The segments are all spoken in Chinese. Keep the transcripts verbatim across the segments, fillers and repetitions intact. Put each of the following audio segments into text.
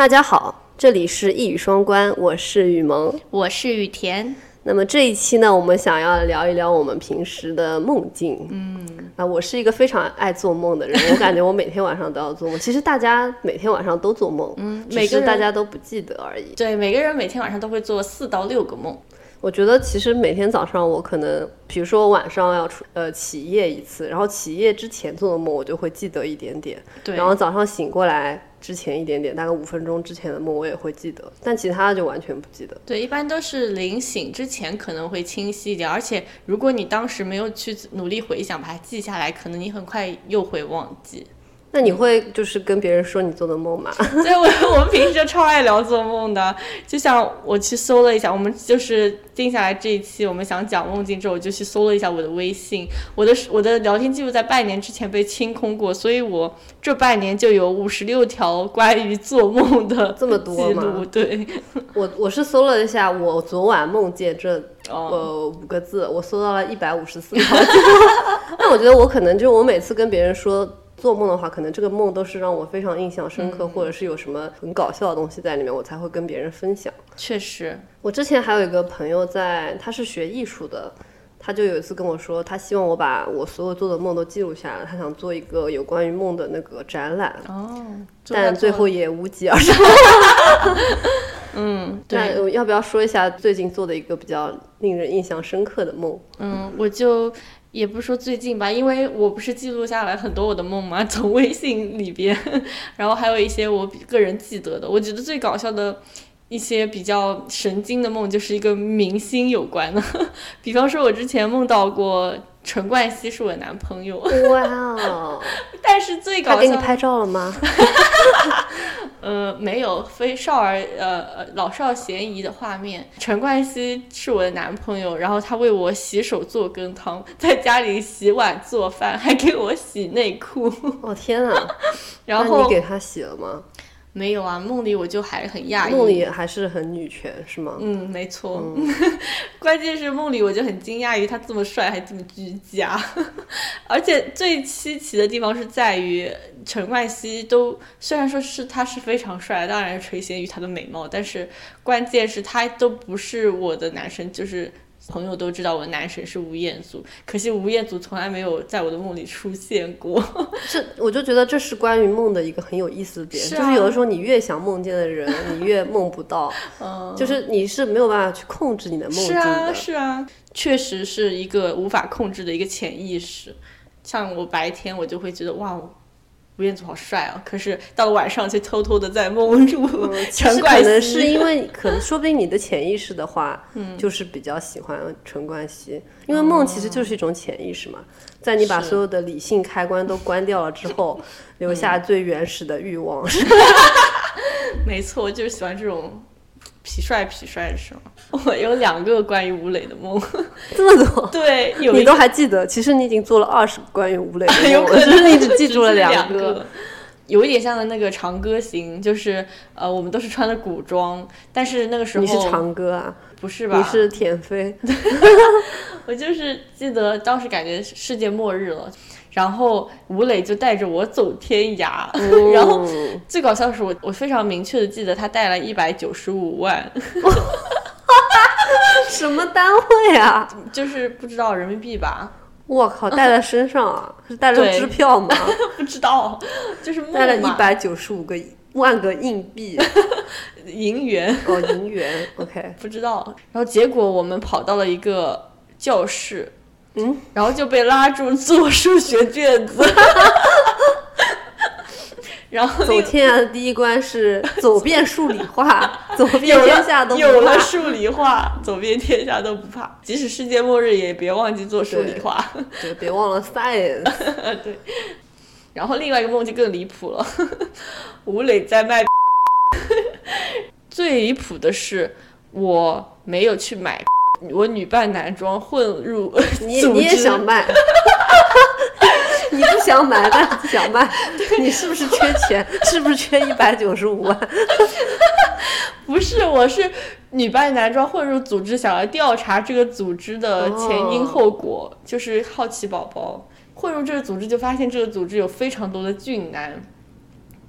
大家好，这里是一语双关，我是雨萌， 我是雨田。 那么这一期呢，我们想要聊一聊我们平时的梦境。嗯啊，我是一个非常爱做梦的人，我感觉我每天晚上都要做梦。其实大家每天晚上都做梦，嗯，只是大家都不记得而已。 对，每个人每天晚上都会做四到六个梦。 我觉得其实每天早上我可能，比如说我晚上要出呃起夜一次，然后起夜之前做的梦我就会记得一点点， 对， 然后早上醒过来之前一点点，大概五分钟之前的梦我也会记得，但其他的就完全不记得。 对，一般都是临醒之前可能会清晰一点，而且如果你当时没有去努力回想把它记下来，可能你很快又会忘记。 那你会就是跟别人说你做的梦吗？ 对，我我们平时就超爱聊做梦的，就像我去搜了一下，我们就是定下来这一期我们想讲梦境之后，我就去搜了一下我的微信，我的我的聊天记录在半年之前被清空过，所以我这半年就有五十六条关于做梦的这么多吗？ 对， 我我是搜了一下，我昨晚梦见这呃五个字，我搜到了一百五十四条。那我觉得我可能就我每次跟别人说做梦的话，可能这个梦都是让我非常印象深刻、嗯、或者是有什么很搞笑的东西在里面，我才会跟别人分享。 确实， 我之前还有一个朋友在，他是学艺术的，他就有一次跟我说，他希望我把我所有做的梦都记录下来，他想做一个有关于梦的那个展览。 哦， 但最后也无疾而终。 嗯，对。 那要不要说一下最近做的一个比较令人印象深刻的梦？ 嗯，我就也不是说最近吧，因为我不是记录下来很多我的梦嘛，从微信里边，然后还有一些我个人记得的。我觉得最搞笑的一些比较神经的梦，就是一个明星有关的，比方说我之前梦到过陈冠希是我男朋友。 哇哦！ 但是最搞笑， 他给你拍照了吗？ 呃，没有，非少儿呃老少咸宜的画面。陈冠希是我的男朋友，然后他为我洗手做羹汤，在家里洗碗做饭，还给我洗内裤。 哦天啊！ 然后那你给他洗了吗？ 没有啊，梦里我就还很讶异， 梦里还是很女权是吗？ 嗯，没错。嗯、关键是梦里我就很惊讶于他这么帅还这么居家，而且最稀奇的地方是在于陈冠希都虽然说是他是非常帅，当然垂涎于他的美貌，但是关键是他都不是我的男神，就是朋友都知道我的男神是吴彦祖，可惜吴彦祖从来没有在我的梦里出现过。 这我就觉得这是关于梦的一个很有意思的点，是、啊、就是有的时候你越想梦见的人你越梦不到。嗯，就是你是没有办法去控制你的梦境的。 是啊是啊，确实是一个无法控制的一个潜意识。像我白天我就会觉得哇吴彦祖好帅啊，可是到了晚上却偷偷的在梦入陈冠希。 可能是因为可能说不定你的潜意识的话、嗯、就是比较喜欢陈冠希，因为梦其实就是一种潜意识嘛、嗯、在你把所有的理性开关都关掉了之后留下最原始的欲望、嗯、 没错，就是喜欢这种痞帅痞帅的是吗？我有两个关于吴磊的梦。 这么多？ 对，有你都还记得？其实你已经做了二十个关于吴磊的梦， 有可能就是你只记住了两个。两个有一点像的那个长歌行，就是呃，我们都是穿的古装，但是那个时候你是长歌啊？ 不是吧？ 你是田飞。 我就是记得当时感觉世界末日了。然后吴磊就带着我走天涯、嗯、然后最搞笑的是我我非常明确的记得他带了一百九十五万。 什么单位啊？ 就是不知道人民币吧。 我靠，带在身上啊？是带着支票吗？ 不知道，就是带了一百九十五个万个硬币。 银元哦，银元 OK 不知道。然后结果我们跑到了一个教室， 嗯， 然后就被拉住做数学卷子。然后走天涯的第一关是走遍数理化，走遍天下都不怕。 有了数理化，走遍天下都不怕。即使世界末日，也别忘记做数理化。 对，对别忘了 science。 对。然后另外一个梦就更离谱了，吴磊在卖。最离谱的是，我没有去买，我女扮男装混入你你也想卖。你不想买，但不想卖，你是不是缺钱？是不是缺一百九十五万？ 不是，我是女扮男装混入组织，想要调查这个组织的前因后果，哦、就是好奇宝宝混入这个组织，就发现这个组织有非常多的俊男，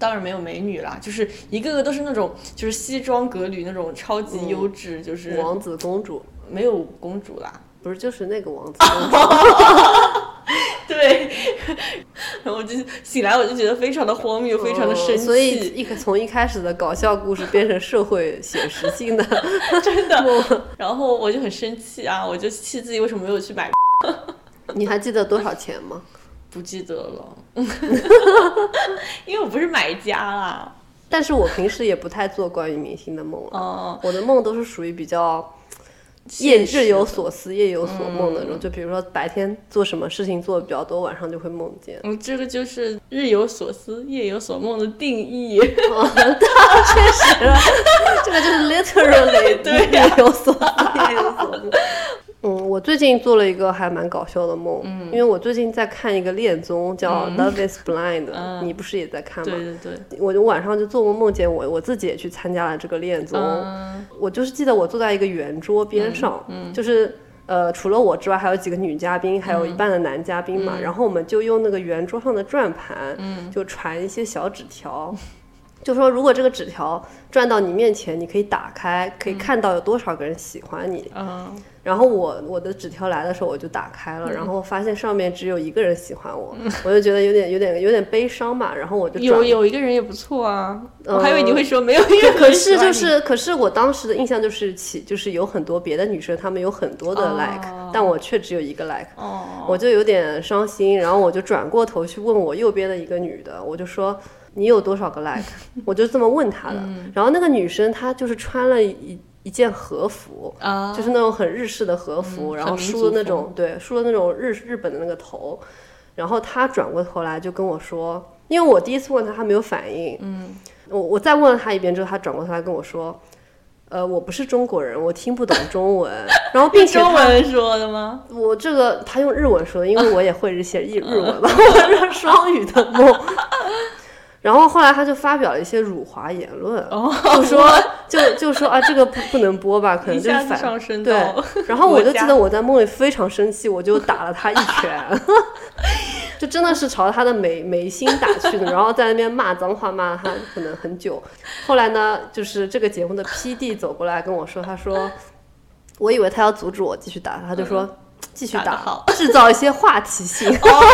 当然没有美女啦，就是一个个都是那种就是西装革履那种超级优质、嗯、就是王子公主， 没有公主啦， 不是就是那个王子公主对，然后我就醒来我就觉得非常的荒谬、嗯、非常的生气， 所以一从一开始的搞笑故事变成社会写实性的真的然后我就很生气啊，我就气自己为什么没有去买你还记得多少钱吗？ 不记得了因为我不是买家啦， 但是我平时也不太做关于明星的梦了、 哦、 我的梦都是属于比较夜日有所思夜有所梦那种、嗯、就比如说白天做什么事情做的比较多，晚上就会梦见。 嗯，这个就是日有所思夜有所梦的定义。 哦，确实了这个就是 literally 对、啊、 夜有所思夜有所梦。嗯，我最近做了一个还蛮搞笑的梦、嗯、因为我最近在看一个恋综叫 Love is Blind、嗯、你不是也在看吗？ 对对对， 我就晚上就做梦梦见我我自己也去参加了这个恋综、嗯、我就是记得我坐在一个圆桌边上、嗯嗯、就是呃，除了我之外还有几个女嘉宾还有一半的男嘉宾嘛、嗯、然后我们就用那个圆桌上的转盘、嗯、就传一些小纸条，就说如果这个纸条转到你面前，你可以打开，可以看到有多少个人喜欢你、嗯、然后我我的纸条来的时候我就打开了、嗯、然后发现上面只有一个人喜欢我、嗯、我就觉得有点有点有点悲伤嘛，然后我就有有一个人也不错啊、嗯、我还以为你会说没有一个人喜欢你。 可是就是可是我当时的印象就是起就是有很多别的女生她们有很多的 like、哦、但我却只有一个 like、哦、我就有点伤心，然后我就转过头去问我右边的一个女的，我就说你有多少个 like 我就这么问她的、嗯、然后那个女生她就是穿了一一件和服、啊、就是那种很日式的和服、嗯、然后梳的那种对梳的那种日日本的那个头，然后她转过头来就跟我说，因为我第一次问她她没有反应，嗯，我我再问了她一遍之后，她转过头来跟我说呃，我不是中国人，我听不懂中文。然后并且中文说的吗？ 我这个他用日文说的，因为我也会日写日日文嘛，我是双语的梦。然后后来他就发表了一些辱华言论，哦、就说就就说啊，这个不不能播吧，可能就是反上升对。然后我就记得我在梦里非常生气，我就打了他一拳，就真的是朝他的眉眉心打去的，然后在那边骂脏话，骂了他可能很久。后来呢，就是这个节目的 P D 走过来跟我说，他说，我以为他要阻止我继续打，他就说。嗯继续打，制造一些话题性。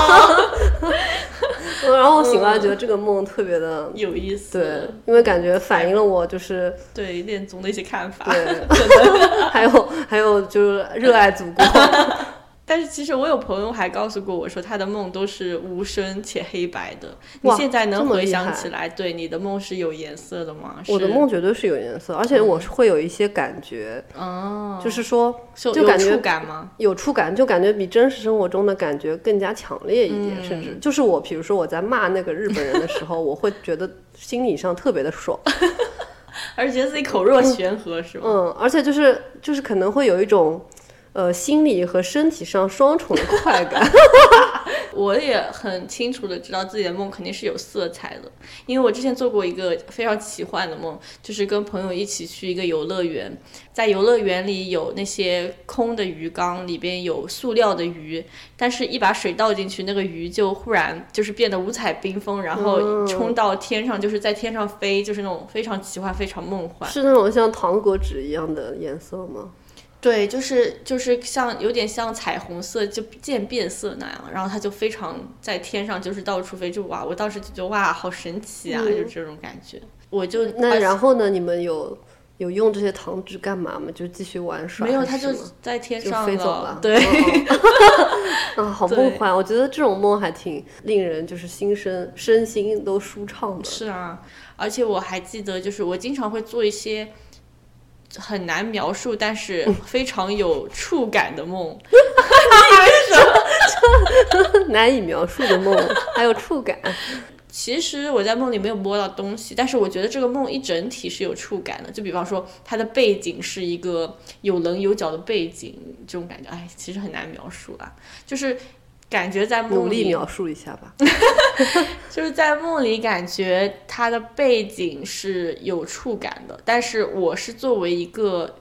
然后我醒来觉得这个梦特别的有意思， 对，因为感觉反映了我就是对恋综的一些看法， 对，还有还有就是热爱祖国。 但是其实我有朋友还告诉过我说，他的梦都是无声且黑白的。你现在能回想起来，对你的梦是有颜色的吗？ 我的梦绝对是有颜色，而且我会有一些感觉，嗯、就是说，就感觉有触感吗？ 有触感，就感觉比真实生活中的感觉更加强烈一点，嗯、甚至就是我，比如说我在骂那个日本人的时候，我会觉得心理上特别的爽。 而且觉得自己口若悬河，是吗？ 嗯，而且就是就是可能会有一种。呃，心理和身体上双重的快感。 我也很清楚的知道自己的梦肯定是有色彩的，因为我之前做过一个非常奇幻的梦，就是跟朋友一起去一个游乐园，在游乐园里有那些空的鱼缸，里边有塑料的鱼，但是一把水倒进去，那个鱼就忽然就是变得五彩缤纷，然后冲到天上，就是在天上飞，就是那种非常奇幻非常梦幻。 是那种像糖果纸一样的颜色吗？ 对，就是就是像有点像彩虹色，就渐变色那样，然后它就非常在天上，就是到处飞，就哇，我当时就觉得哇，好神奇啊，嗯、就这种感觉。我就那然后呢？你们有有用这些糖纸干嘛吗？就继续玩耍？ 没有，它就在天上就飞走了。 对， 啊，好梦幻！我觉得这种梦还挺令人就是心身身心都舒畅的。 是啊，而且我还记得，就是我经常会做一些。很难描述但是非常有触感的梦。你以为什么？难以描述的梦还有触感。 其实我在梦里没有摸到东西，但是我觉得这个梦一整体是有触感的，就比方说它的背景是一个有棱有角的背景，这种感觉哎，其实很难描述啦，就是感觉在梦里努力描述一下吧。 就是在梦里感觉它的背景是有触感的，但是我是作为一个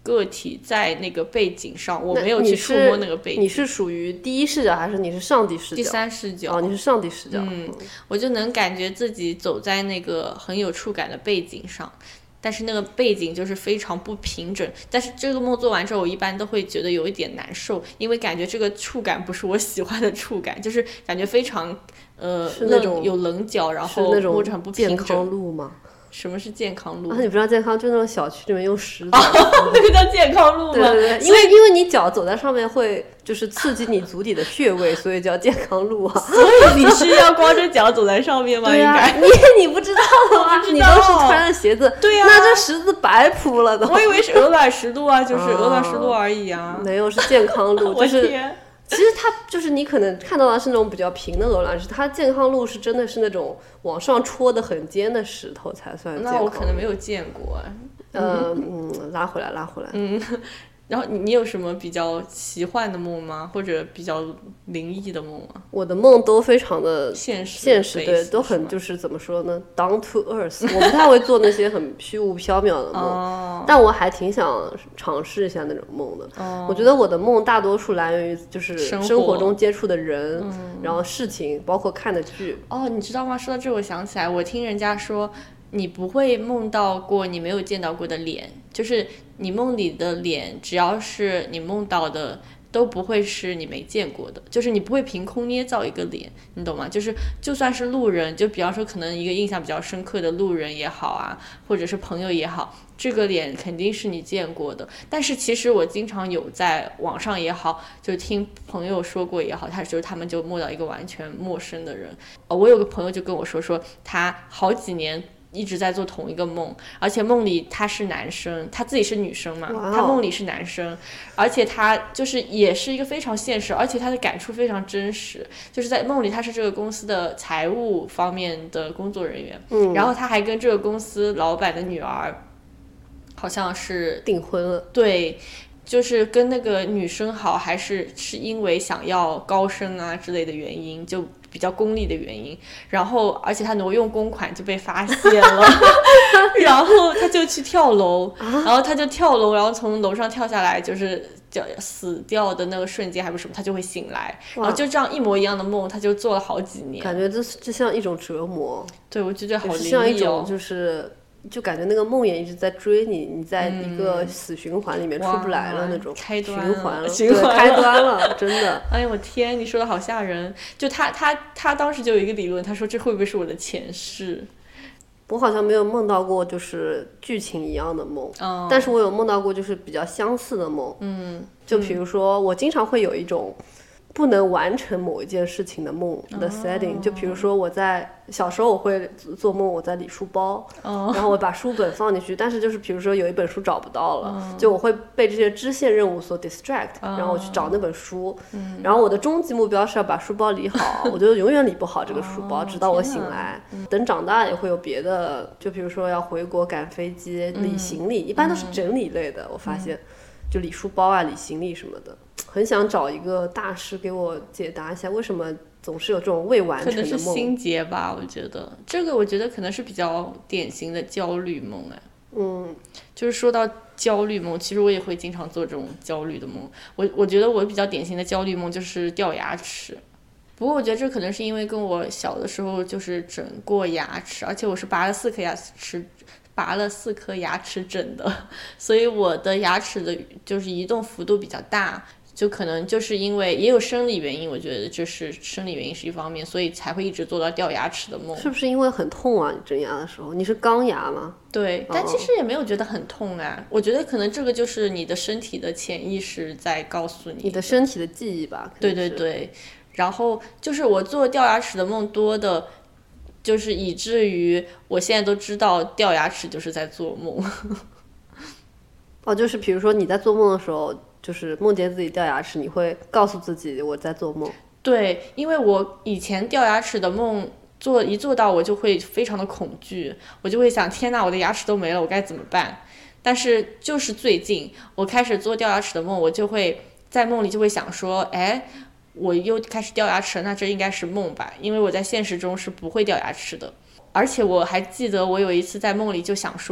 个体在那个背景上，我没有去触摸那个背景。 你是属于第一视角还是你是上帝视角？ 第三视角。 哦，你是上帝视角。 嗯，我就能感觉自己走在那个很有触感的背景上。但是那个背景就是非常不平整，但是这个梦做完之后，我一般都会觉得有一点难受，因为感觉这个触感不是我喜欢的触感，就是感觉非常呃是那种有棱角，然后摸着很不平整。 健康路吗？ 什么是健康路啊？你不知道健康就那种小区里面用石子、哦、那个叫健康路吗？ 对对对，因为因为你脚走在上面会就是刺激你足底的穴位，所以叫健康路啊。 所以你是要光着脚走在上面吗？ 对呀、啊，你你不知道吗？你都是穿着鞋子， 对呀、啊， 那这石子白铺了都。 我以为是鹅卵石路啊，就是鹅卵石路而已啊。 没有，是健康路， 我就是天。 其实它就是你可能看到的是那种比较平的鹅卵石，它健康路是真的是那种往上戳的很尖的石头才算健康路。 那我可能没有见过。 呃嗯，拉回来拉回来。 嗯，然后你你有什么比较奇幻的梦吗？或者比较灵异的梦吗？ 我的梦都非常的现实， 现实对，都很就是怎么说呢 ，down to earth。我不太会做那些很虚无缥缈的梦， 哦、 但我还挺想尝试一下那种梦的。 哦、 我觉得我的梦大多数来源于就是生活中接触的人， 嗯、 然后事情，包括看的剧。 哦，你知道吗？说到这，我想起来，我听人家说。你不会梦到过你没有见到过的脸，就是你梦里的脸，只要是你梦到的，都不会是你没见过的，就是你不会凭空捏造一个脸，你懂吗？就是就算是路人，就比方说可能一个印象比较深刻的路人也好啊，或者是朋友也好，这个脸肯定是你见过的。但是其实我经常有在网上也好，就听朋友说过也好，他就是他们就梦到一个完全陌生的人。呃，我有个朋友就跟我说，说他好几年一直在做同一个梦，而且梦里他是男生，他自己是女生嘛， wow. 他梦里是男生，而且他就是也是一个非常现实，而且他的感触非常真实，就是在梦里他是这个公司的财务方面的工作人员， 嗯， 然后他还跟这个公司老板的女儿好像是订婚了， 对，就是跟那个女生好，还是是因为想要高升啊之类的原因，就比较功利的原因，然后而且他挪用公款就被发现了然后他就去跳楼、啊、然后他就跳楼，然后从楼上跳下来，就是死掉的那个瞬间还不是什么，他就会醒来，然后就这样一模一样的梦他就做了好几年， 感觉这这像一种折磨。 对，我就觉得好灵异哦， 像一种就是就感觉那个梦魇一直在追你，你在一个死循环里面出不来了那种， 开端循环了， 循环了， 开端了，真的。 哎呦我天，你说的好吓人！就他他他当时就有一个理论，他说这会不会是我的前世？ 我好像没有梦到过就是剧情一样的梦， 哦、 但是我有梦到过就是比较相似的梦。 嗯， 就比如说我经常会有一种不能完成某一件事情的梦的 setting、哦、就比如说我在小时候我会做梦我在理书包、哦、然后我把书本放进去，但是就是比如说有一本书找不到了、哦、就我会被这些支线任务所 distract、哦、然后我去找那本书、嗯、然后我的终极目标是要把书包理好我就永远理不好这个书包、哦、直到我醒来、嗯、等长大也会有别的，就比如说要回国赶飞机、嗯、理行李，一般都是整理类的、嗯、我发现就理书包啊理行李什么的，很想找一个大师给我解答一下为什么总是有这种未完成的梦。 可能是心结吧，我觉得这个我觉得可能是比较典型的焦虑梦。哎， 嗯， 就是说到焦虑梦，其实我也会经常做这种焦虑的梦。我我觉得我比较典型的焦虑梦就是掉牙齿，不过我觉得这可能是因为跟我小的时候就是整过牙齿，而且我是拔了四颗牙齿拔了四颗牙齿整的，所以我的牙齿的就是移动幅度比较大，就可能就是因为也有生理原因，我觉得就是生理原因是一方面，所以才会一直做到掉牙齿的梦。 是不是因为很痛啊？你整牙的时候，你是钢牙吗？ 对，但其实也没有觉得很痛啊、哦、我觉得可能这个就是你的身体的潜意识在告诉你， 你的身体的记忆吧。 对对对，然后就是我做掉牙齿的梦多的，就是以至于我现在都知道掉牙齿就是在做梦。 哦，就是比如说你在做梦的时候，就是梦见自己掉牙齿，你会告诉自己我在做梦。 对，因为我以前掉牙齿的梦做一做到我就会非常的恐惧，我就会想天哪，我的牙齿都没了，我该怎么办？但是就是最近我开始做掉牙齿的梦，我就会在梦里就会想说，哎，我又开始掉牙齿了，那这应该是梦吧，因为我在现实中是不会掉牙齿的。而且我还记得我有一次在梦里就想说，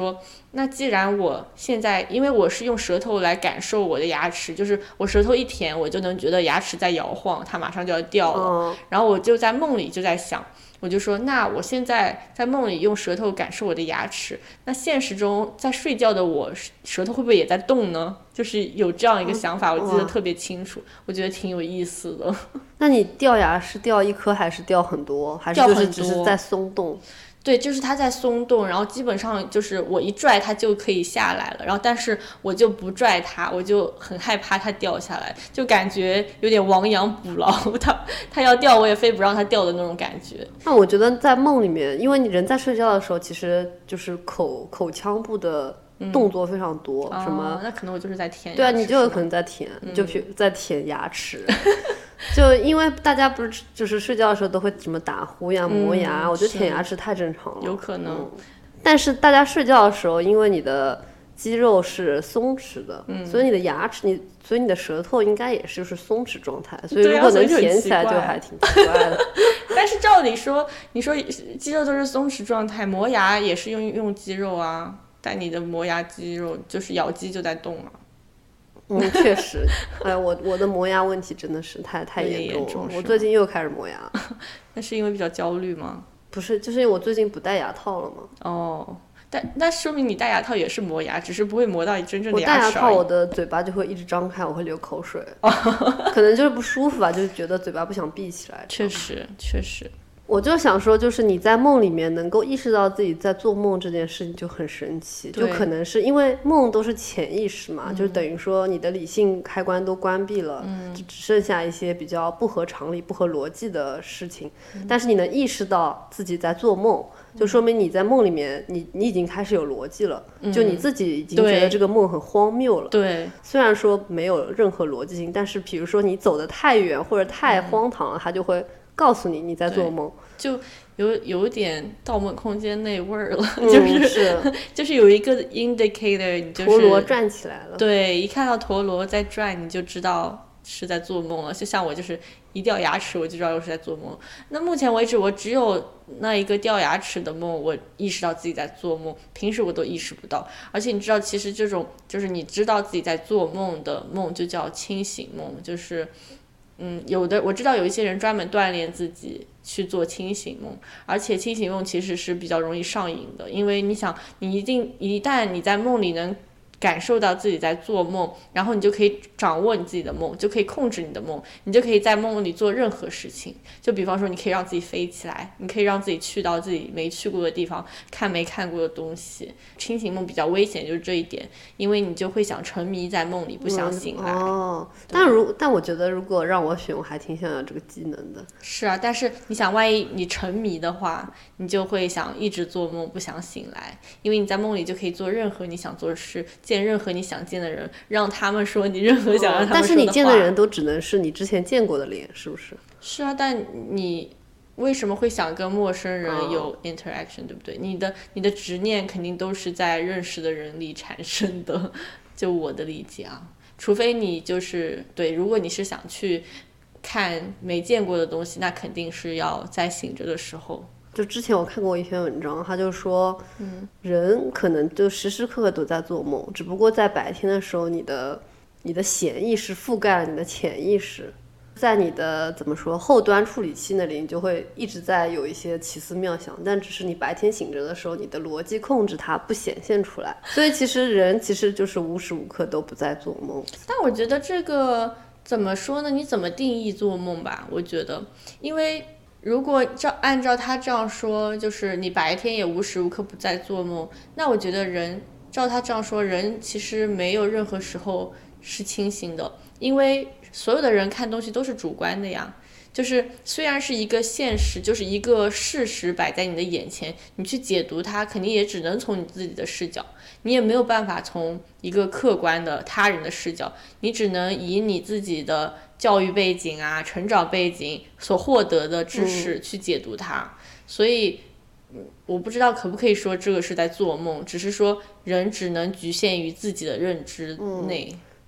那既然我现在，因为我是用舌头来感受我的牙齿，就是我舌头一舔，我就能觉得牙齿在摇晃，它马上就要掉了。 哦、 然后我就在梦里就在想，我就说，那我现在在梦里用舌头感受我的牙齿，那现实中在睡觉的我，舌头会不会也在动呢？就是有这样一个想法，我记得特别清楚，我觉得挺有意思的。 那你掉牙是掉一颗还是掉很多？还是就是只是在松动？ 对，就是它在松动，然后基本上就是我一拽它就可以下来了，然后但是我就不拽它，我就很害怕它掉下来，就感觉有点亡羊补牢，它它要掉我也非不让它掉的那种感觉。 那我觉得在梦里面，因为你人在睡觉的时候，其实就是口口腔部的动作非常多， 嗯、 什么、 哦？那可能我就是在舔牙齿。 对啊，你就有可能在舔，嗯、就在舔牙齿。就因为大家不是就是睡觉的时候都会什么打呼呀、磨牙， 嗯、 我觉得舔牙齿太正常了。 有可能、嗯。 但是大家睡觉的时候，因为你的肌肉是松弛的， 嗯、 所以你的牙齿，你所以你的舌头应该也是就是松弛状态，所以如果能舔起来就还挺奇怪的。 但是照理说，你说肌肉都是松弛状态，磨牙也是用用肌肉啊，但你的磨牙肌肉就是咬肌就在动啊。 嗯，确实，哎，我我的磨牙问题真的是太太严重了，重我最近又开始磨牙。 那是因为比较焦虑吗？ 不是，就是因为我最近不戴牙套了嘛。 哦，但那说明你戴牙套也是磨牙，只是不会磨到真正的牙齿。 我戴牙套，我的嘴巴就会一直张开，我会流口水，可能就是不舒服吧，就是觉得嘴巴不想闭起来。 确实，确实。 我就想说，就是你在梦里面能够意识到自己在做梦这件事情就很神奇，就可能是因为梦都是潜意识嘛，就是等于说你的理性开关都关闭了， 嗯、 就只剩下一些比较不合常理、不合逻辑的事情。嗯、但是你能意识到自己在做梦，就说明你在梦里面，你你已经开始有逻辑了， 嗯、 就你自己已经觉得这个梦很荒谬了。 对， 虽然说没有任何逻辑性，但是比如说你走得太远或者太荒唐了，嗯、它就会告诉你你在做梦。 就有有点《盗梦空间》那味儿了， 嗯、 就是是就是有一个 indicator， 你就是陀螺转起来了。 对，一看到陀螺在转，你就知道是在做梦了。就像我就是一掉牙齿，我就知道我是在做梦。那目前为止，我只有那一个掉牙齿的梦，我意识到自己在做梦，平时我都意识不到。而且你知道，其实这种就是你知道自己在做梦的梦，就叫清醒梦，就是。嗯，有的我知道有一些人专门锻炼自己去做清醒梦，而且清醒梦其实是比较容易上瘾的，因为你想，你一定一旦你在梦里能感受到自己在做梦，然后你就可以掌握你自己的梦，就可以控制你的梦，你就可以在梦里做任何事情。就比方说，你可以让自己飞起来，你可以让自己去到自己没去过的地方，看没看过的东西。清醒梦比较危险，就是这一点，因为你就会想沉迷在梦里，不想醒来。 嗯、哦，但如但我觉得，如果让我选，我还挺想要这个技能的。 是啊，但是你想，万一你沉迷的话，你就会想一直做梦，不想醒来，因为你在梦里就可以做任何你想做的事。见任何你想见的人，让他们说你任何想让他们说的话、哦、 但是你见的人都只能是你之前见过的脸，是不是？ 是啊，但你为什么会想跟陌生人有 interaction、哦、对不对？你的你的执念肯定都是在认识的人里产生的，就我的理解啊。除非你就是对，如果你是想去看没见过的东西，那肯定是要在醒着的时候。 就之前我看过一篇文章，他就说，嗯，人可能就时时刻刻都在做梦，只不过在白天的时候，你的你的显意识覆盖了你的潜意识，在你的怎么说后端处理器那里，你就会一直在有一些奇思妙想，但只是你白天醒着的时候，你的逻辑控制它不显现出来。所以其实人其实就是无时无刻都不在做梦。 但我觉得这个怎么说呢？你怎么定义做梦吧？我觉得，因为。如果照按照他这样说，就是你白天也无时无刻不在做梦，那我觉得人照他这样说，人其实没有任何时候是清醒的，因为所有的人看东西都是主观的呀。就是虽然是一个现实，就是一个事实摆在你的眼前，你去解读它，肯定也只能从你自己的视角，你也没有办法从一个客观的他人的视角，你只能以你自己的教育背景啊、成长背景所获得的知识去解读它。嗯、所以我不知道可不可以说这个是在做梦，只是说人只能局限于自己的认知内。 嗯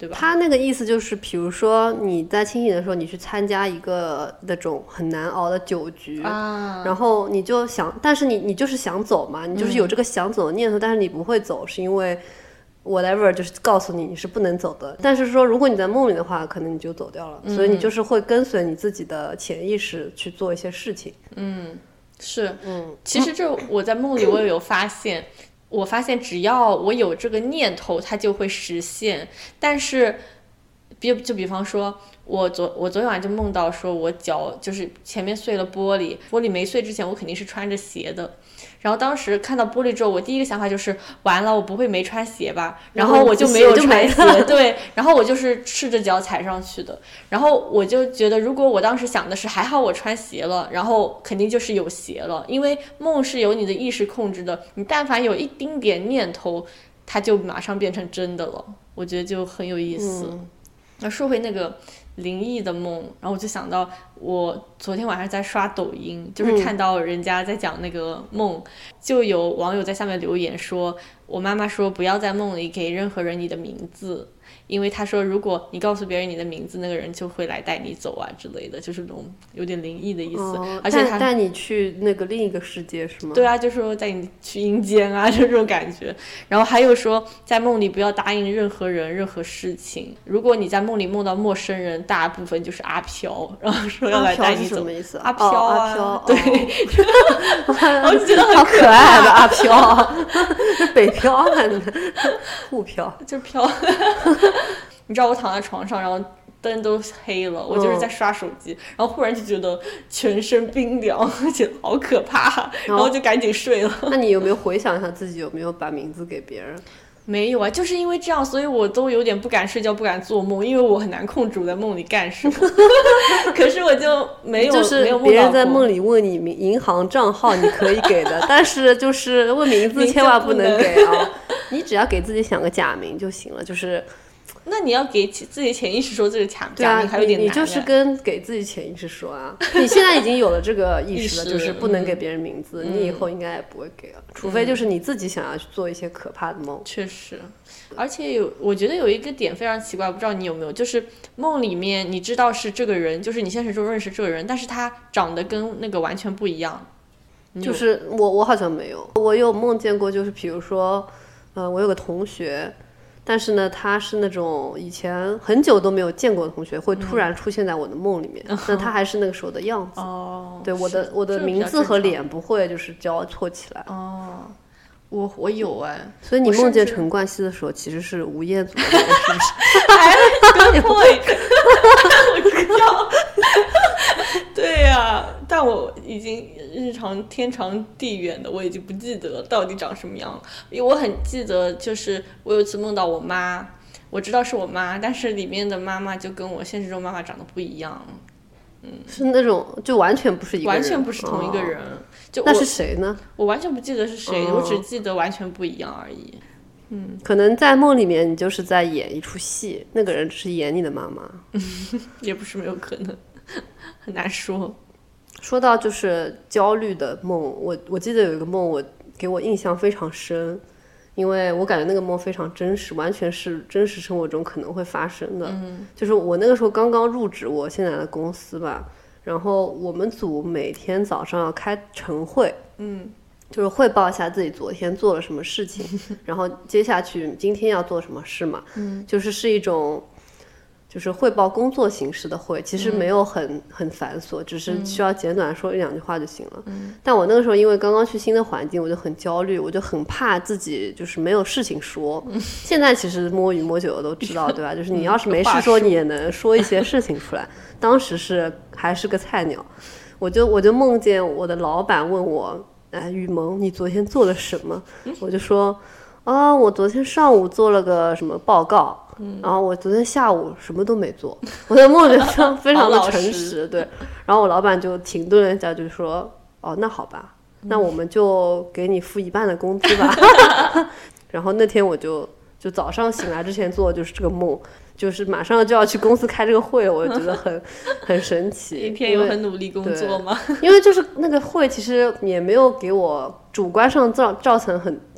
对吧？ 他那个意思就是，比如说你在清醒的时候，你去参加一个那种很难熬的酒局， 啊、 然后你就想，但是你你就是想走嘛，你就是有这个想走的念头，嗯、但是你不会走，是因为 whatever 就是告诉你你是不能走的。但是说如果你在梦里的话，可能你就走掉了，嗯、所以你就是会跟随你自己的潜意识去做一些事情。 嗯，是，嗯，其实这我在梦里我也有发现。我发现只要我有这个念头，它就会实现。但是，比就比方说，我昨我昨天晚上就梦到说，我脚就是前面碎了玻璃，玻璃没碎之前，我肯定是穿着鞋的。然后当时看到玻璃之后，我第一个想法就是完了，我不会没穿鞋吧？然后我就没有穿鞋，对，然后我就是赤着脚踩上去的。然后我就觉得，如果我当时想的是还好我穿鞋了，然后肯定就是有鞋了，因为梦是由你的意识控制的，你但凡有一丁点念头，它就马上变成真的了。我觉得就很有意思。嗯、那说回那个灵异的梦，然后我就想到我昨天晚上在刷抖音，就是看到人家在讲那个梦、嗯、就有网友在下面留言说，我妈妈说不要在梦里给任何人你的名字，因为他说如果你告诉别人你的名字，那个人就会来带你走啊之类的，就是那种有点灵异的意思、哦、而且他带你去那个另一个世界是吗？ 对啊，就说带你去阴间啊，就这种感觉。然后还有说在梦里不要答应任何人任何事情，如果你在梦里梦到陌生人，大部分就是阿飘，然后说要来带你走。 阿飘是什么意思？ 阿飘啊， 哦、阿飘对、 哦、 我就觉得很好可爱的阿飘是北漂还是沪漂？ 就是飘你知道我躺在床上，然后灯都黑了，我就是在刷手机、嗯、然后忽然就觉得全身冰凉，而且好可怕，然后就赶紧睡了。 那你有没有回想一下自己有没有把名字给别人？ 没有啊，就是因为这样，所以我都有点不敢睡觉，不敢做梦，因为我很难控制我在梦里干什么。可是我就没有， 就是别人在梦里问你银行账号，你可以给的，但是就是问名字千万不能给啊。你只要给自己想个假名就行了，就是。 那你要给自己潜意识说这个假假名还有点难、 啊、你, 你就是跟给自己潜意识说啊，你现在已经有了这个意识了，就是不能给别人名字、嗯、你以后应该也不会给了、嗯、除非就是你自己想要去做一些可怕的梦。 确实，而且有我觉得有一个点非常奇怪，不知道你有没有，就是梦里面你知道是这个人，就是你现实中认识这个人，但是他长得跟那个完全不一样。 就是我我好像没有，我有梦见过，就是比如说呃，我有个同学，但是呢他是那种以前很久都没有见过的同学，会突然出现在我的梦里面、嗯、那他还是那个时候的样子、哦、对，我的我的名字和脸不会就是交错起来。 哦，我我有哎， 所以你梦见陈冠希的时候其实是吴彦祖的脸，是不是？ 哎，这个 point 我知道对呀、啊，但我已经日常天长地远的，我已经不记得到底长什么样了。因为我很记得，就是我有一次梦到我妈，我知道是我妈，但是里面的妈妈就跟我现实中妈妈长得不一样。嗯， 是那种就完全不是一个人， 完全不是同一个人。哦、就那是谁呢？ 我完全不记得是谁、哦，我只记得完全不一样而已。嗯， 可能在梦里面你就是在演一出戏，那个人只是演你的妈妈， 也不是没有可能，很难说。 说到就是焦虑的梦，我我记得有一个梦，我给我印象非常深，因为我感觉那个梦非常真实，完全是真实生活中可能会发生的。嗯，就是我那个时候刚刚入职我现在的公司吧，然后我们组每天早上要开晨会，嗯。就是汇报一下自己昨天做了什么事情，然后接下去今天要做什么事嘛，嗯，就是是一种就是汇报工作形式的会，其实没有很、嗯、很繁琐，只是需要简短说一两句话就行了、嗯、但我那个时候因为刚刚去新的环境，我就很焦虑，我就很怕自己就是没有事情说、嗯、现在其实摸鱼摸久了都知道对吧，就是你要是没事说你也能说一些事情出来当时是还是个菜鸟，我就我就梦见我的老板问我，哎，雨萌，你昨天做了什么？我就说，啊，我昨天上午做了个什么报告，嗯、然后我昨天下午什么都没做。我在梦里非非常的诚实，对。然后我老板就停顿了一下，就说，哦，那好吧，那我们就给你付一半的工资吧。然后那天我就就早上醒来之前做的就是这个梦。就是马上就要去公司开这个会了，我就觉得很很神奇。 一天有很努力工作吗？ 因为就是那个会其实也没有给我主观上造造成很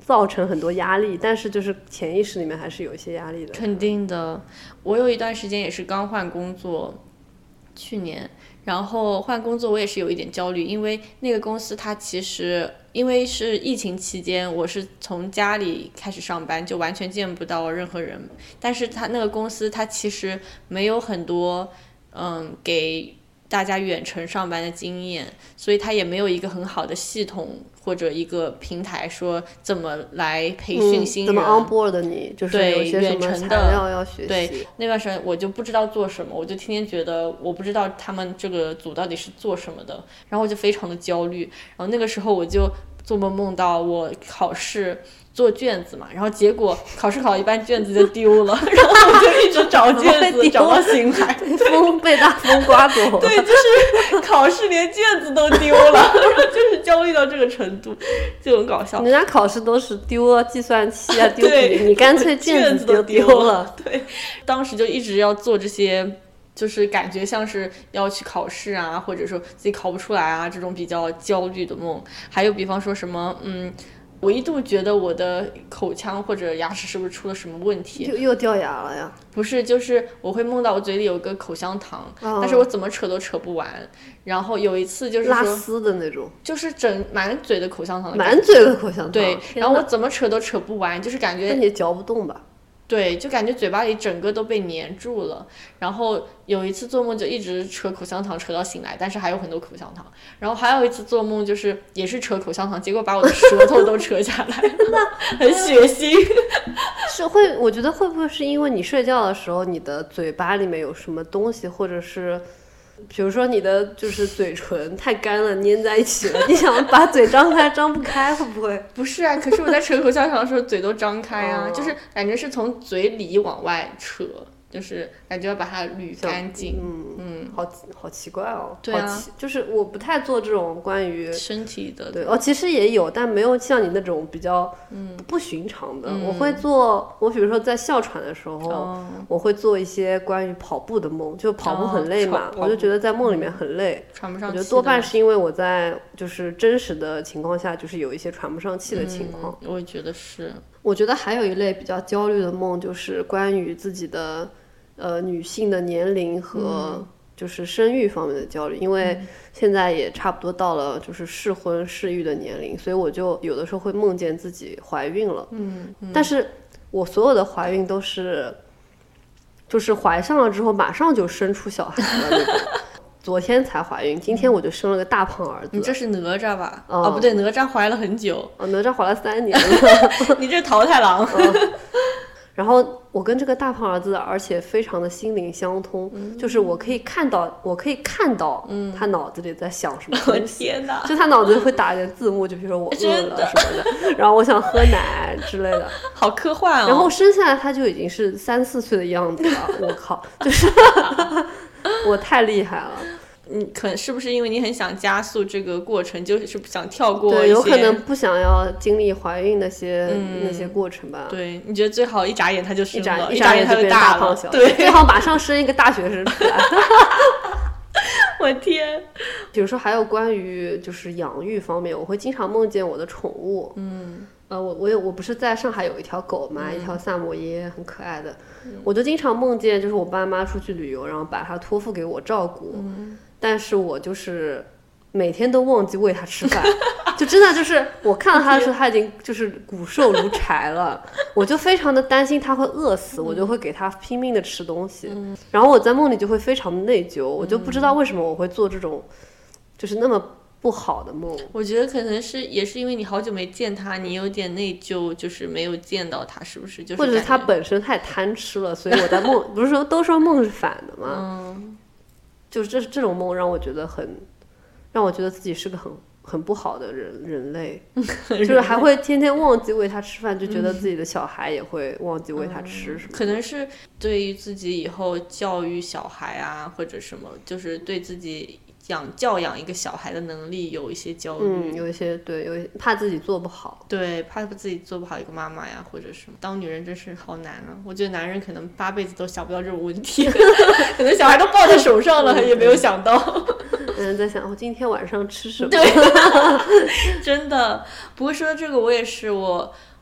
造成很多压力，但是就是潜意识里面还是有一些压力的。 肯定的，我有一段时间也是刚换工作，去年，然后换工作我也是有一点焦虑，因为那个公司它其实因为是疫情期间，我是从家里开始上班，就完全见不到任何人，但是他那个公司它其实没有很多嗯给大家远程上班的经验，所以他也没有一个很好的系统或者一个平台说怎么来培训新人、 嗯、怎么 onboard 你，就是有些什么材料要学习。 对，那段时间我就不知道做什么，我就天天觉得我不知道他们这个组到底是做什么的，然后我就非常的焦虑，然后那个时候我就做梦梦到我考试做卷子嘛，然后结果考试考到一半卷子就丢了，然后我就一直找卷子找到醒来， 风被大风刮走了。 对，就是考试连卷子都丢了，然后就是焦虑到这个程度，就很搞笑。 人家考试都是丢了计算器啊，丢笔，你干脆卷子都丢了。 对，当时就一直要做这些。就是感觉像是要去考试啊，或者说自己考不出来啊，这种比较焦虑的梦。还有比方说什么，嗯，我一度觉得我的口腔或者牙齿是不是出了什么问题？ 又又掉牙了呀？ 不是，就是我会梦到我嘴里有个口香糖，哦、但是我怎么扯都扯不完。然后有一次就是说拉丝的那种， 就是整满嘴的口香糖的满嘴的口香糖。 对，然后我怎么扯都扯不完，就是感觉。 那你也嚼不动吧？ 对，就感觉嘴巴里整个都被粘住了，然后有一次做梦就一直扯口香糖扯到醒来，但是还有很多口香糖，然后还有一次做梦就是也是扯口香糖，结果把我的舌头都扯下来了，很血腥。 是会，我觉得会不会是因为你睡觉的时候你的嘴巴里面有什么东西，或者是比如说你的就是嘴唇太干了粘在一起了，你想把嘴张开张不开，会不会？ 不是啊，可是我在扯口香糖的时候嘴都张开啊，就是感觉是从嘴里往外扯，就是感觉要把它捋干净。 嗯嗯，好好奇怪哦。 对啊， 就是我不太做这种关于身体的。 对哦，其实也有，但没有像你那种比较不寻常的。嗯、我会做，我比如说在哮喘的时候，哦、我会做一些关于跑步的梦，就跑步很累嘛，哦、我就觉得在梦里面很累， 喘不上气。 我觉得多半是因为我在就是真实的情况下，就是有一些喘不上气的情况。 嗯、我也觉得是。 我觉得还有一类比较焦虑的梦，就是关于自己的。呃，女性的年龄和就是生育方面的焦虑，嗯、因为现在也差不多到了就是适婚适育的年龄，所以我就有的时候会梦见自己怀孕了。 嗯，嗯但是我所有的怀孕都是，就是怀上了之后马上就生出小孩了那种。昨天才怀孕，今天我就生了个大胖儿子。 你这是哪吒吧？ 哦， 哦不对，哪吒怀了很久。 哦，哪吒怀了三年了。 你这是桃太郎。 哦然后我跟这个大胖儿子，而且非常的心灵相通，嗯、就是我可以看到，我可以看到他脑子里在想什么东西。 天哪！ 就他脑子里会打一点字幕，就比如说我饿了什么的，然后我想喝奶之类的。 好科幻哦！ 然后生下来他就已经是三四岁的样子了，我靠，就是我太厉害了。 你可能是不是因为你很想加速这个过程，就是不想跳过一些？ 对，有可能不想要经历怀孕那些、 嗯、 那些过程吧。 对，你觉得最好一眨眼他就生了， 一眨眼他就大了， 对， 最好马上生一个大学生出来。 我天！ 比如说还有关于就是养育方面，我会经常梦见我的宠物。 嗯。 呃，我我有我不是在上海有一条狗嘛， 嗯、 一条萨摩耶，很可爱的。 嗯、 我就经常梦见，就是我爸妈出去旅游，然后把它托付给我照顾。 嗯、 但是我就是每天都忘记喂它吃饭，就真的就是我看到它的时候，它已经就是骨瘦如柴了，我就非常的担心它会饿死，我就会给它拼命的吃东西。 嗯、 然后我在梦里就会非常的内疚，我就不知道为什么我会做这种，就是那么。不好的梦， 我觉得可能是也是因为你好久没见他，你有点内疚，就是没有见到他，是不是？就是或者是他本身太贪吃了，所以我在梦，不是说都说梦是反的吗？ 嗯， 就是这这种梦让我觉得很，让我觉得自己是个很很不好的人人类，就是还会天天忘记喂他吃饭，就觉得自己的小孩也会忘记喂他吃什么、 嗯。可能是对于自己以后教育小孩啊，或者什么，就是对自己。养教养一个小孩的能力有一些焦虑， 嗯，有一些对，有怕自己做不好， 对，怕自己做不好一个妈妈呀，或者什么。当女人真是好难啊！我觉得男人可能八辈子都想不到这种问题，可能小孩都抱在手上了，也没有想到。 嗯，在想我、哦、今天晚上吃什么？ 对，真的。不过说到这个，我也是我。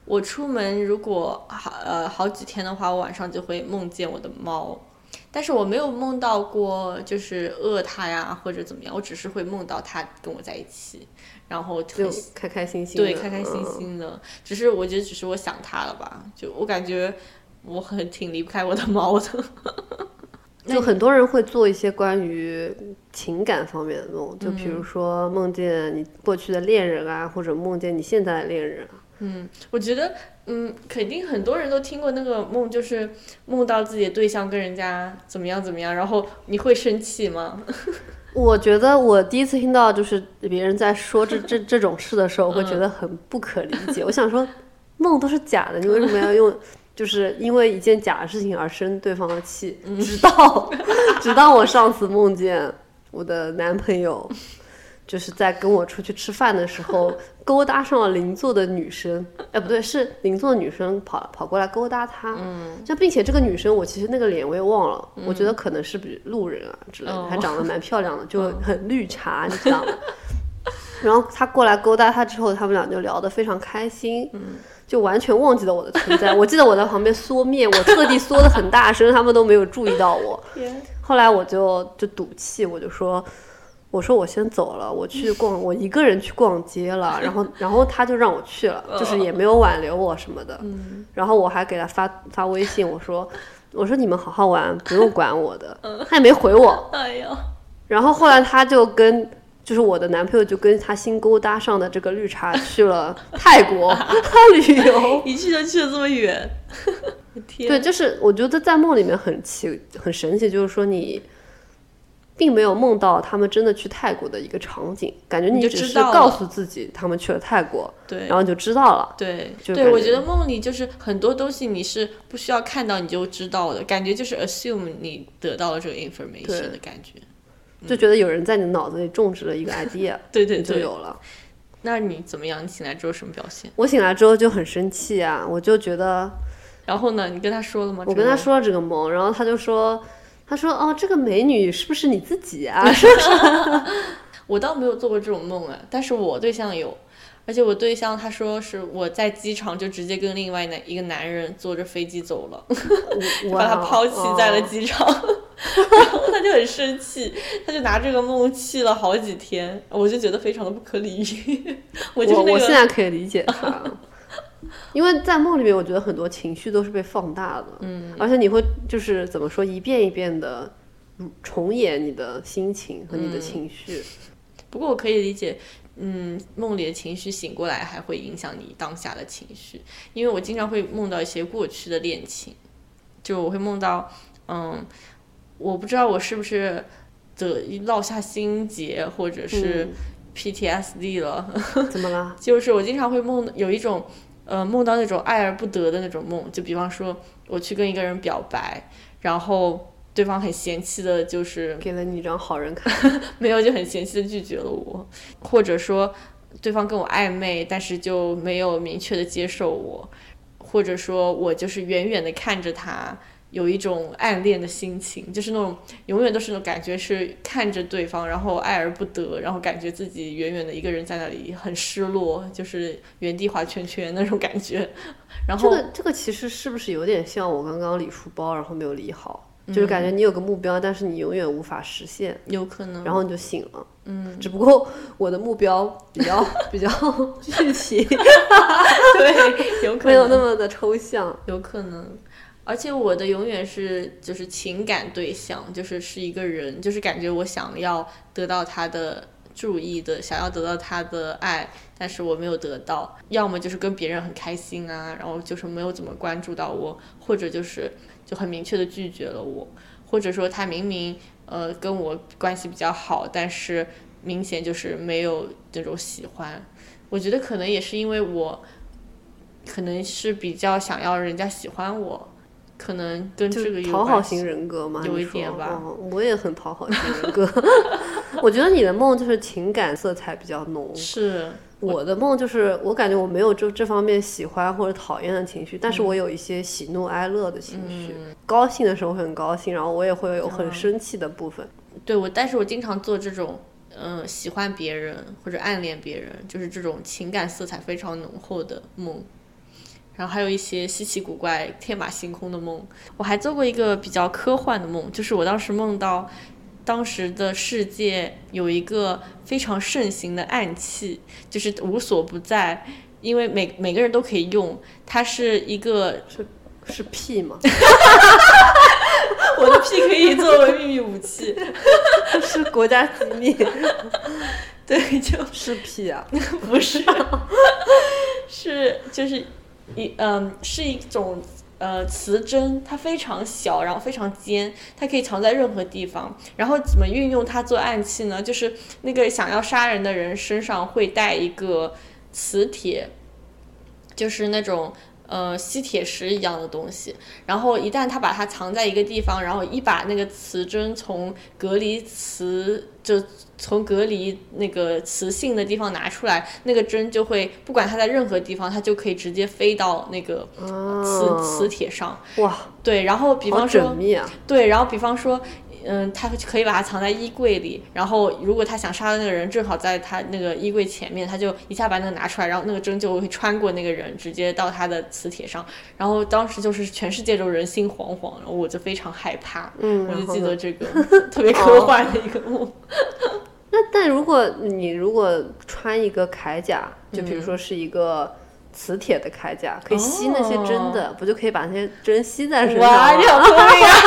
我出门如果好呃好几天的话，我晚上就会梦见我的猫，但是我没有梦到过就是饿它呀或者怎么样，我只是会梦到它跟我在一起，然后就开开心心的， 对，开开心心的、嗯、只是我觉得只是我想它了吧，就我感觉我很挺离不开我的猫的。 就很多人会做一些关于情感方面的梦，就比如说梦见你过去的恋人啊，或者梦见你现在的恋人啊。 嗯，我觉得，嗯，肯定很多人都听过那个梦，就是梦到自己的对象跟人家怎么样怎么样，然后你会生气吗？ 我觉得我第一次听到就是别人在说这这这种事的时候，我会觉得很不可理解。嗯、我想说，梦都是假的，你为什么要用？就是因为一件假的事情而生对方的气，嗯、直到直到我上次梦见我的男朋友。就是在跟我出去吃饭的时候勾搭上了邻座的女生，哎不对，是邻座的女生跑跑过来勾搭他，嗯，像并且这个女生我其实那个脸我也忘了，嗯、我觉得可能是路人啊之类的，还长得蛮漂亮的，就很绿茶，你知道吗？然后他过来勾搭他之后，他们俩就聊得非常开心，嗯，就完全忘记了我的存在。我记得我在旁边嗦面，我特地嗦得很大声，他们都没有注意到我。后来我就就赌气，我就说。我说我先走了，我去逛，我一个人去逛街了，然后然后他就让我去了，就是也没有挽留我什么的，嗯、然后我还给他发发微信，我说我说你们好好玩，不用管我的，他也没回我， 哎呀， 然后后来他就跟就是我的男朋友就跟他新勾搭上的这个绿茶去了泰国旅游， 一去就去了这么远，天， 对，就是我觉得在梦里面很奇很神奇，就是说你。并没有梦到他们真的去泰国的一个场景，感觉你只是告诉自己他们去了泰国， 对， 然后就知道了。 对，对，我觉得梦里就是很多东西你是不需要看到你就知道的，感觉就是 assume 你得到了这个 information 的感觉， 就觉得有人在你脑子里种植了一个 idea， 对对对， 就有了。 那你怎么样？你醒来之后什么表现？ 我醒来之后就很生气啊，我就觉得。 然后呢？你跟他说了吗？ 我跟他说了这个梦，然后他就说。他说：“哦，这个美女是不是你自己啊？”是不是？ 我倒没有做过这种梦啊，但是我对象有，而且我对象他说是我在机场就直接跟另外一个男人坐着飞机走了，把他抛弃在了机场，哦、然后他就很生气，他就拿这个梦气了好几天，我就觉得非常的不可理喻。我就是、那个、 我, 我现在可以理解他。因为在梦里面我觉得很多情绪都是被放大的，嗯，而且你会就是怎么说一遍一遍的重演你的心情和你的情绪、 嗯、不过我可以理解嗯，梦里的情绪醒过来还会影响你当下的情绪，因为我经常会梦到一些过去的恋情，就我会梦到嗯，我不知道我是不是得落下心结或者是 P T S D 了、 嗯、怎么了？ 就是我经常会梦有一种呃，梦到那种爱而不得的那种梦，就比方说我去跟一个人表白，然后对方很嫌弃的就是给了你一张好人卡没有，就很嫌弃的拒绝了我，或者说对方跟我暧昧但是就没有明确的接受我，或者说我就是远远的看着他有一种暗恋的心情，就是那种永远都是那种感觉是看着对方然后爱而不得，然后感觉自己远远的一个人在那里很失落，就是原地画圈圈那种感觉。然后这个这个其实是不是有点像我刚刚理书包然后没有理好、嗯、就是感觉你有个目标但是你永远无法实现， 有可能然后你就醒了，嗯，只不过我的目标比较比较具体对，有可能没有那么的抽象， 有可能。而且我的永远是就是情感对象，就是是一个人，就是感觉我想要得到他的注意的，想要得到他的爱，但是我没有得到，要么就是跟别人很开心啊，然后就是没有怎么关注到我，或者就是就很明确的拒绝了我，或者说他明明呃跟我关系比较好，但是明显就是没有这种喜欢。我觉得可能也是因为我可能是比较想要人家喜欢我，可能跟这个有讨好型人格嘛， 有一点吧、 哦、我也很讨好型人格我觉得你的梦就是情感色彩比较浓， 是我的梦就是我感觉我没有这这方面喜欢或者讨厌的情绪，但是我有一些喜怒哀乐的情绪、嗯、高兴的时候会很高兴，然后我也会有很生气的部分、 嗯、对，我但是我经常做这种嗯，喜欢别人或者暗恋别人，就是这种情感色彩非常浓厚的梦， 然后还有一些稀奇古怪天马行空的梦。我还做过一个比较科幻的梦，就是我当时梦到当时的世界有一个非常盛行的暗器，就是无所不在，因为每每个人都可以用，它是一个是是屁吗？ 我的屁可以作为秘密武器。 是国家机密。 对，就是屁啊？ 不是，是就是一嗯是一种呃磁针，它非常小，然后非常尖，它可以藏在任何地方。然后怎么运用它做暗器呢？就是那个想要杀人的人身上会带一个磁铁，就是那种呃吸铁石一样的东西。然后一旦他把它藏在一个地方，然后一把那个磁针从隔离磁就从隔离那个磁性的地方拿出来，那个针就会不管它在任何地方，它就可以直接飞到那个磁、哦、磁铁上。 哇， 对，然后比方说， 好缜密啊。 对，然后比方说。嗯，他可以把它藏在衣柜里，然后如果他想杀的那个人正好在他那个衣柜前面，他就一下把那个拿出来，然后那个针就会穿过那个人，直接到他的磁铁上。然后当时就是全世界都人心惶惶，然后我就非常害怕。 嗯， 我就记得这个特别科幻的一个梦。哦、 那但如果你如果穿一个铠甲，就比如说是一个磁铁的铠甲，可以吸那些针的，哦、不就可以把那些针吸在身上？ 哇，你好聪明啊！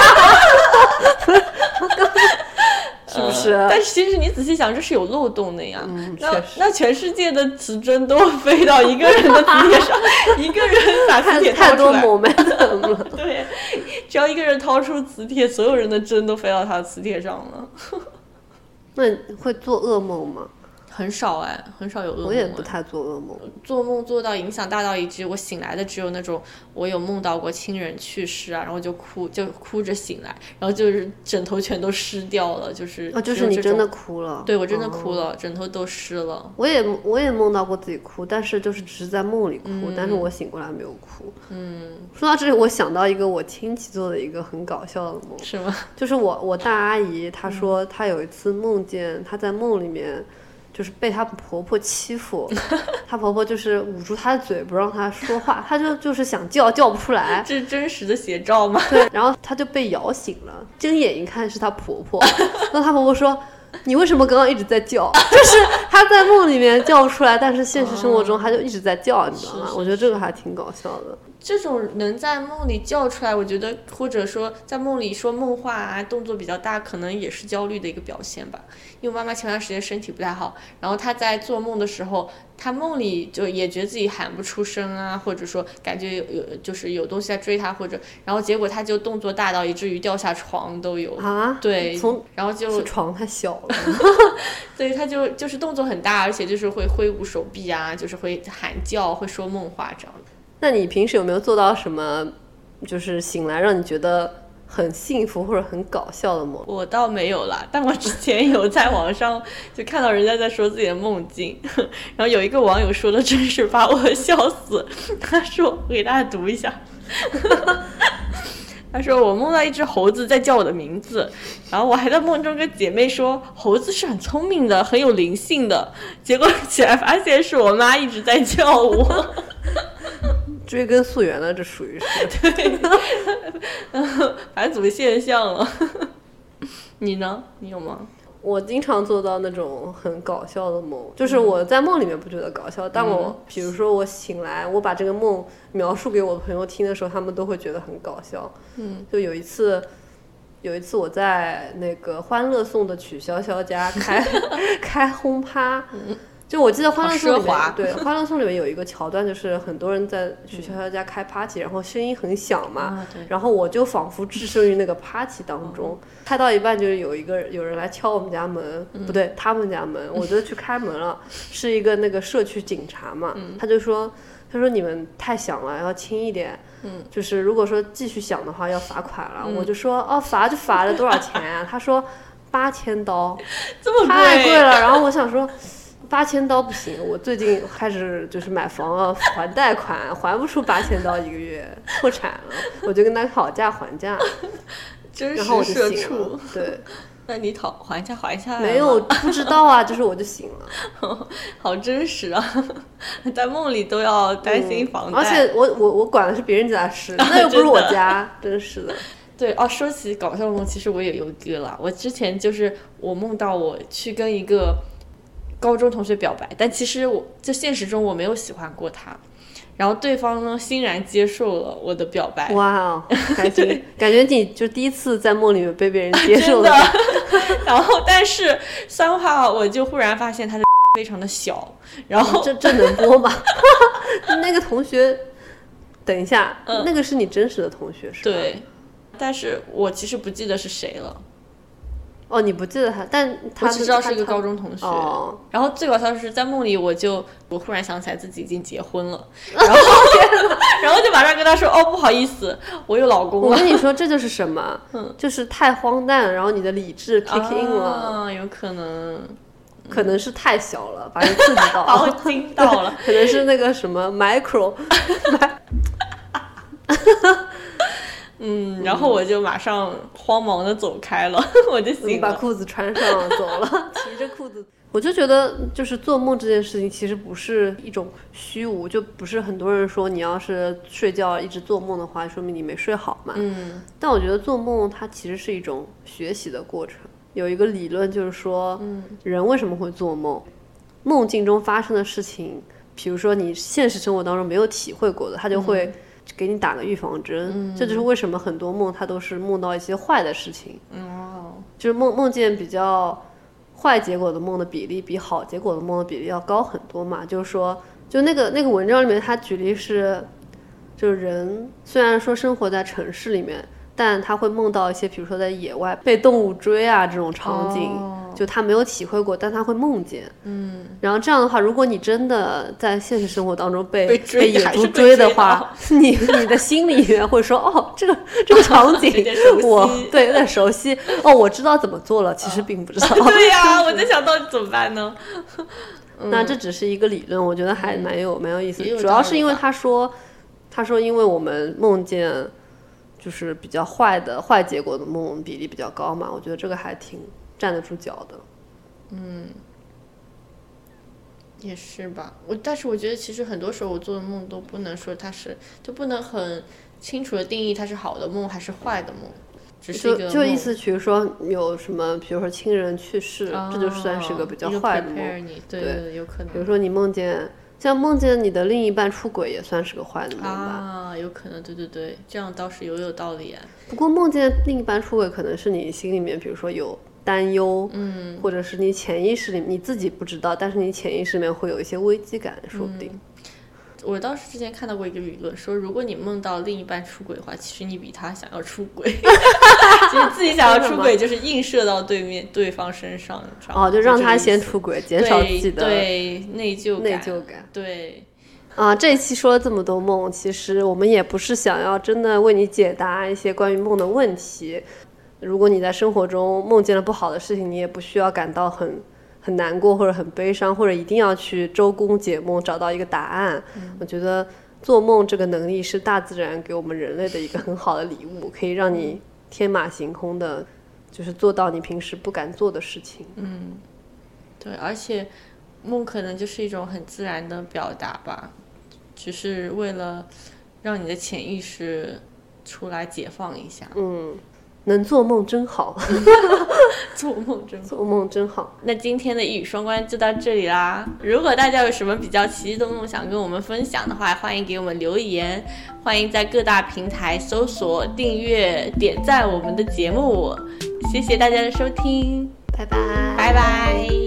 是不是、 呃？但是其实你仔细想，这是有漏洞的呀。 嗯， 那那全世界的磁针都飞到一个人的磁铁上，一个人把磁铁掏出来， 太多 momentum 了。 对，只要一个人掏出磁铁，所有人的针都飞到他的磁铁上了。 那你会做噩梦吗？ 很少哎，很少有噩梦。 我也不太做噩梦， 做梦做到影响大到以至于我醒来的只有那种我有梦到过亲人去世啊，然后就哭就哭着醒来，然后就是枕头全都湿掉了，就是哦，就是你真的哭了？ 对，我真的哭了，哦、枕头都湿了。 我也我也梦到过自己哭，但是就是只是在梦里哭，嗯、但是我醒过来没有哭。嗯，说到这里，我想到一个我亲戚做的一个很搞笑的梦。 是吗？ 就是我我大阿姨她说她有一次梦见她在梦里面。就是被她婆婆欺负，她婆婆就是捂住她的嘴不让她说话，她就就是想叫叫不出来。 这是真实的写照吗？ 对，然后她就被摇醒了，睁眼一看是她婆婆，然后她婆婆说：“你为什么刚刚一直在叫？”就是她在梦里面叫不出来，但是现实生活中她就一直在叫，你知道吗？我觉得这个还挺搞笑的。 这种能在梦里叫出来，我觉得或者说在梦里说梦话啊，动作比较大，可能也是焦虑的一个表现吧。因为我妈妈前段时间身体不太好，然后她在做梦的时候，她梦里就也觉得自己喊不出声啊，或者说感觉有有就是有东西在追她，或者然后结果她就动作大到以至于掉下床都有啊。 对， 从然后就床太小了。 对，她就就是动作很大，而且就是会挥舞手臂啊，就是会喊叫，会说梦话这样的。 那你平时有没有做到什么，就是醒来让你觉得很幸福或者很搞笑的梦？ 我倒没有啦，但我之前有在网上就看到人家在说自己的梦境，然后有一个网友说的真是把我笑死。他说，我给大家读一下。他说我梦到一只猴子在叫我的名字，然后我还在梦中跟姐妹说猴子是很聪明的，很有灵性的，结果起来发现是我妈一直在叫我。 追根溯源了，这属于是对，反祖现象了。你呢？你有吗？ 我经常做到那种很搞笑的梦，就是我在梦里面不觉得搞笑，嗯、但我比如说我醒来，我把这个梦描述给我的朋友听的时候，他们都会觉得很搞笑。嗯，就有一次，有一次我在那个欢乐颂的曲筱绡家开开轰趴。嗯，就我记得欢乐颂里面，对欢乐颂里面有一个桥段，就是很多人在曲筱绡家开 party，、嗯、然后声音很响嘛、啊，然后我就仿佛置身于那个 party 当中，嗯、开到一半就是有一个有人来敲我们家门，嗯、不对，他们家门，我就去开门了，嗯、是一个那个社区警察嘛，嗯、他就说他说你们太响了，要轻一点，嗯，就是如果说继续响的话要罚款了，嗯、我就说哦罚就罚了多少钱啊？他说八千刀， 这么贵， 太贵了，然后我想说。八千刀不行，我最近开始就是买房了，还贷款，还不出八千刀一个月，破产了，我就跟他讨价还价， 真然后我就社醒了。对， 那你讨还价还下来没有，不知道啊，就是我就醒了。 好真实啊，在梦里都要担心房贷、 嗯、而且我我我管的是别人家的事，那又不是我家，真是的。 对哦，说起搞笑梦，其实我也有一个了。我之前就是我梦到我去跟一个高中同学表白，但其实我就现实中我没有喜欢过他，然后对方呢欣然接受了我的表白。 哇哦，感觉感觉你就第一次在梦里面被别人接受了。然后但是三话我就忽然发现他的非常的小，然后、 哦、这这能播吗？那个同学，等一下、嗯，那个是你真实的同学是吧？ 对。但是我其实不记得是谁了。 哦，你不记得他，但他我只知道是一个高中同学。 哦、 然后最搞笑的是，在梦里我就我忽然想起来自己已经结婚了，然后然后就马上跟他说：“哦，不好意思，我有老公了。” 我跟你说，这就是什么？嗯，就是太荒诞，然后你的理智 kick in 了。 啊，有可能， 可能是太小了，把你刺激到了， 把我惊到了。 可能是那个什么 micro。 嗯，然后我就马上慌忙的走开了，我就醒了， 你把裤子穿上走了，提着裤子。我就觉得，就是做梦这件事情，其实不是一种虚无，就不是很多人说你要是睡觉一直做梦的话，说明你没睡好嘛。 嗯。 但我觉得做梦它其实是一种学习的过程。有一个理论就是说，嗯，人为什么会做梦？梦境中发生的事情，比如说你现实生活当中没有体会过的，它就会、嗯。给你打个预防针、嗯、这就是为什么很多梦它都是梦到一些坏的事情、 哦、 就是梦梦见比较坏结果的梦的比例比好结果的梦的比例要高很多嘛。就是说就那个那个文章里面他举例是，就是人虽然说生活在城市里面，但他会梦到一些比如说在野外被动物追啊这种场景、哦、就他没有体会过，但他会梦见。嗯，然后这样的话，如果你真的在现实生活当中被被, 追被野猪追的话，你你的心里面会说哦，这个这个场景我对有点熟悉哦，我知道怎么做了，其实并不知道。 哦、对呀、啊，我在想到底怎么办呢？ 那这只是一个理论，我觉得还蛮有、嗯、蛮有意思的。主要是因为他说他说因为我们梦见就是比较坏的坏结果的梦比例比较高嘛，我觉得这个还挺站得住脚的。 嗯，也是吧。我但是我觉得其实很多时候我做的梦都不能说它是，就不能很清楚的定义它是好的梦还是坏的梦，只是一个梦。 就就意思比如说有什么比如说亲人去世、哦、这就算是个比较坏的梦。 你对对对，有可能。 比如说你梦见像梦见你的另一半出轨也算是个坏的梦吧。 啊，有可能，对对对，这样倒是有有道理啊。 不过梦见另一半出轨可能是你心里面比如说有担忧， 嗯， 或者是你潜意识里你自己不知道，但是你潜意识里面会有一些危机感，说不定。 嗯，我当时之前看到过一个理论，说如果你梦到另一半出轨的话，其实你比他想要出轨，其实自己想要出轨就是映射到对面对方身上， 哦，就让他先出轨，减少自己的对内疚感， 内疚感， 对。 啊，这一期说了这么多梦，其实我们也不是想要真的为你解答一些关于梦的问题。如果你在生活中梦见了不好的事情，你也不需要感到很很难过或者很悲伤，或者一定要去周公解梦找到一个答案。嗯，我觉得做梦这个能力是大自然给我们人类的一个很好的礼物，可以让你天马行空的，就是做到你平时不敢做的事情。 嗯，对，而且梦可能就是一种很自然的表达吧，只是为了让你的潜意识出来解放一下。 嗯，能做梦真好。 做梦真好， 做梦真好。 那今天的一语双关就到这里啦。如果大家有什么比较奇异的梦想跟我们分享的话，欢迎给我们留言，欢迎在各大平台搜索、订阅、点赞我们的节目。谢谢大家的收听， 拜拜， 拜拜。